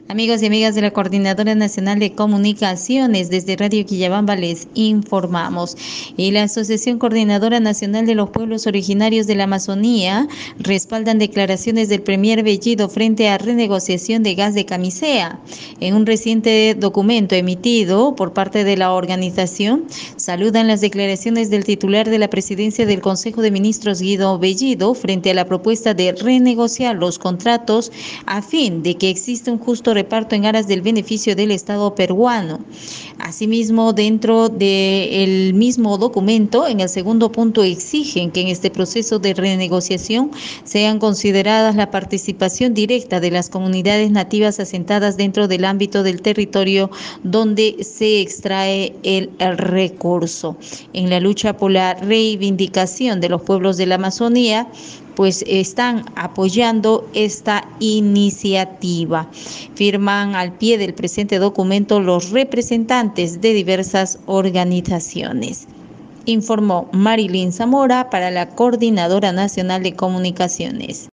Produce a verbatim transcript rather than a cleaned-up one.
Amigos y amigas de la Coordinadora Nacional de Comunicaciones, desde Radio Quillabamba les informamos. Y la Asociación Coordinadora Nacional de los Pueblos Originarios de la Amazonía respaldan declaraciones del Premier Bellido frente a renegociación de gas de camisea. En un reciente documento emitido por parte de la organización, saludan las declaraciones del titular de la Presidencia del Consejo de Ministros, Guido Bellido, frente a la propuesta de renegociar los contratos a fin de que exista un justo reparto en aras del beneficio del Estado peruano. Asimismo, dentro del mismo documento, en el segundo punto, exigen que en este proceso de renegociación sean consideradas la participación directa de las comunidades nativas asentadas dentro del ámbito del territorio donde se extrae el, el recurso. En la lucha por la reivindicación de los pueblos de la Amazonía, pues están apoyando esta iniciativa. Firman al pie del presente documento los representantes de diversas organizaciones. Informó Marilyn Zamora para la Coordinadora Nacional de Comunicaciones.